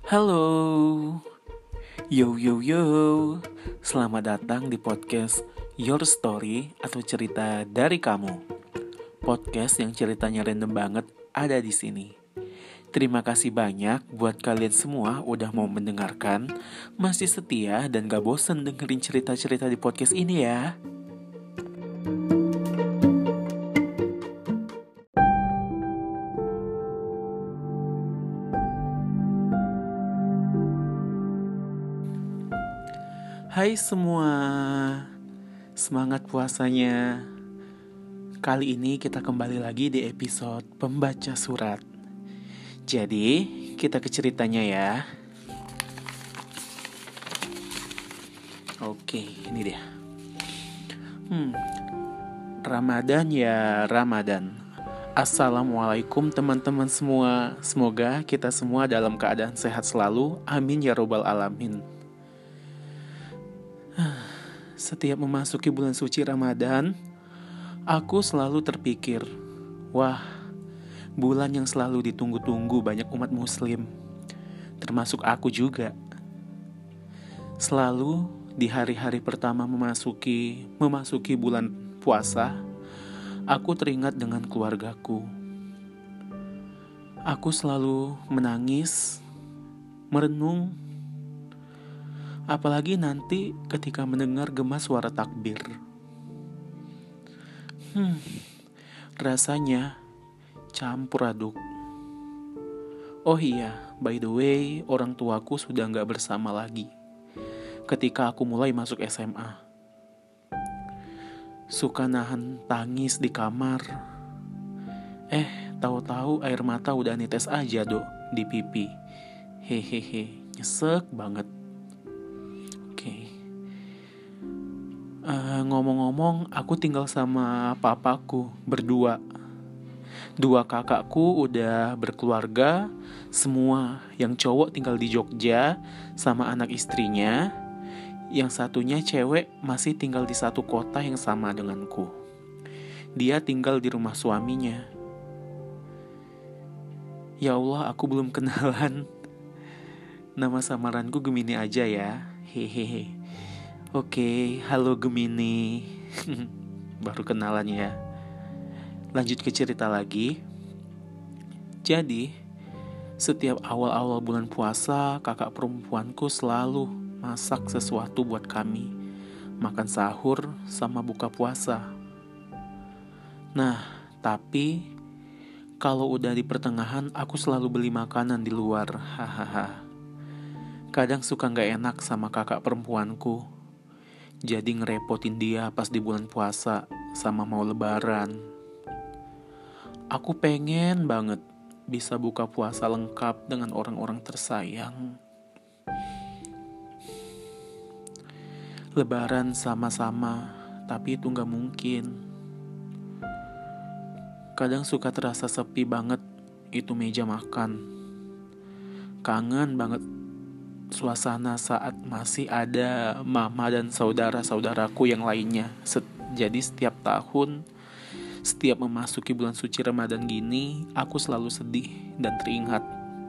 Halo, yo yo yo, selamat datang di podcast Your Story atau cerita dari kamu. Podcast yang ceritanya random banget ada di sini. Terima kasih banyak buat kalian semua udah mau mendengarkan, masih setia dan gak bosen dengerin cerita-cerita di podcast ini ya. Hai semua, semangat puasanya. Kali ini kita kembali lagi di episode pembaca surat. Jadi, kita ke ceritanya ya. Oke, ini dia. Ramadan ya Ramadan. Assalamualaikum teman-teman semua. Semoga kita semua dalam keadaan sehat selalu. Amin ya robbal alamin. Setiap memasuki bulan suci Ramadan, aku selalu terpikir, wah, bulan yang selalu ditunggu-tunggu banyak umat muslim, termasuk aku juga. Selalu di hari-hari pertama memasuki bulan puasa, aku teringat dengan keluargaku. Aku selalu menangis, merenung, apalagi nanti ketika mendengar gema suara takbir. Rasanya campur aduk. Oh iya, by the way, orang tuaku sudah gak bersama lagi ketika aku mulai masuk SMA. Suka nahan tangis di kamar. Tahu-tahu air mata udah netes aja di pipi. Hehehe, nyesek banget. Ngomong-ngomong, aku tinggal sama papaku berdua. 2 kakakku udah berkeluarga, semua. Yang cowok tinggal di Jogja sama anak istrinya. Yang satunya cewek masih tinggal di satu kota yang sama denganku. Dia tinggal di rumah suaminya. Ya Allah, aku belum kenalan. Nama samaranku Gemini aja ya. Hehehe. Oke, halo Gemini. Baru kenalan ya. Lanjut ke cerita lagi. Jadi, setiap awal-awal bulan puasa, kakak perempuanku selalu masak sesuatu buat kami. Makan sahur sama buka puasa. Nah, tapi kalau udah di pertengahan, aku selalu beli makanan di luar. Hahaha. Kadang suka gak enak sama kakak perempuanku. Jadi ngerepotin dia pas di bulan puasa sama mau lebaran. Aku pengen banget bisa buka puasa lengkap dengan orang-orang tersayang. Lebaran sama-sama, tapi itu gak mungkin. Kadang suka terasa sepi banget itu meja makan. Kangen banget suasana saat masih ada mama dan saudara-saudaraku yang lainnya. Jadi setiap tahun, setiap memasuki bulan suci Ramadan gini, aku selalu sedih dan teringat.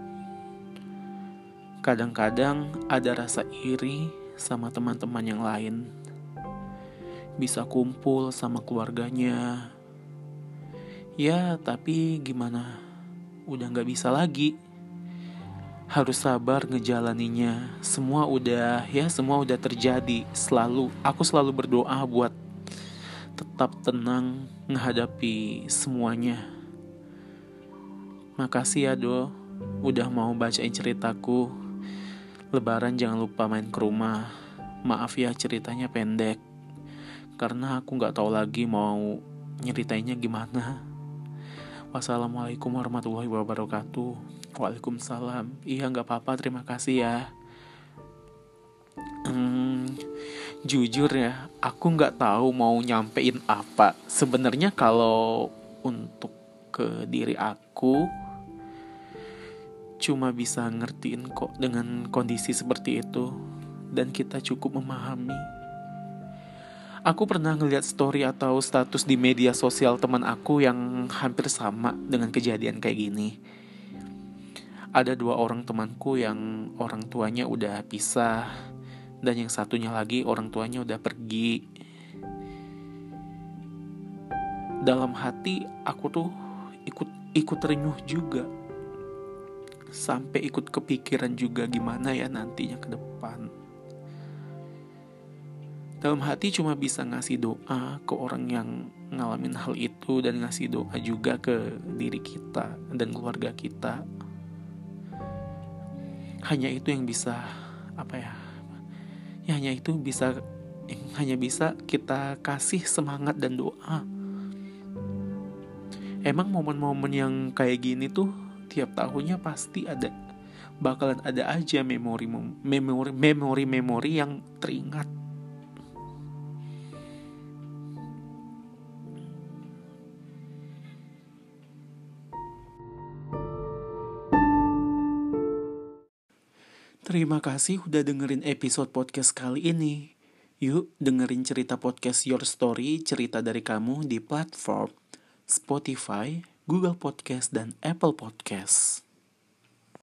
Kadang-kadang ada rasa iri sama teman-teman yang lain. Bisa kumpul sama keluarganya. Ya, tapi gimana? Udah gak bisa lagi. Harus sabar ngejalaninya. Semua udah terjadi. Aku selalu berdoa buat tetap tenang menghadapi semuanya. Makasih ya udah mau bacain ceritaku. Lebaran jangan lupa main ke rumah. Maaf ya ceritanya pendek, karena aku gak tahu lagi mau nyeritainnya gimana. Wassalamualaikum warahmatullahi wabarakatuh. Waalaikumsalam. Iya gak apa-apa, terima kasih ya. Jujur ya, aku gak tahu mau nyampein apa. Sebenarnya kalau untuk ke diri aku, cuma bisa ngertiin kok dengan kondisi seperti itu. Dan kita cukup memahami. Aku pernah ngeliat story atau status di media sosial teman aku yang hampir sama dengan kejadian kayak gini. Ada 2 orang temanku yang orang tuanya udah pisah, dan yang satunya lagi orang tuanya udah pergi. Dalam hati aku tuh ikut renyuh juga, sampai ikut kepikiran juga gimana ya nantinya ke depan. Dalam hati cuma bisa ngasih doa ke orang yang ngalamin hal itu, dan ngasih doa juga ke diri kita dan keluarga kita. Hanya itu yang bisa, hanya bisa kita kasih semangat dan doa. Emang momen-momen yang kayak gini tuh tiap tahunnya pasti ada, bakalan ada aja memori yang teringat. Terima kasih udah dengerin episode podcast kali ini. Yuk dengerin cerita podcast Your Story, cerita dari kamu di platform Spotify, Google Podcast, dan Apple Podcast.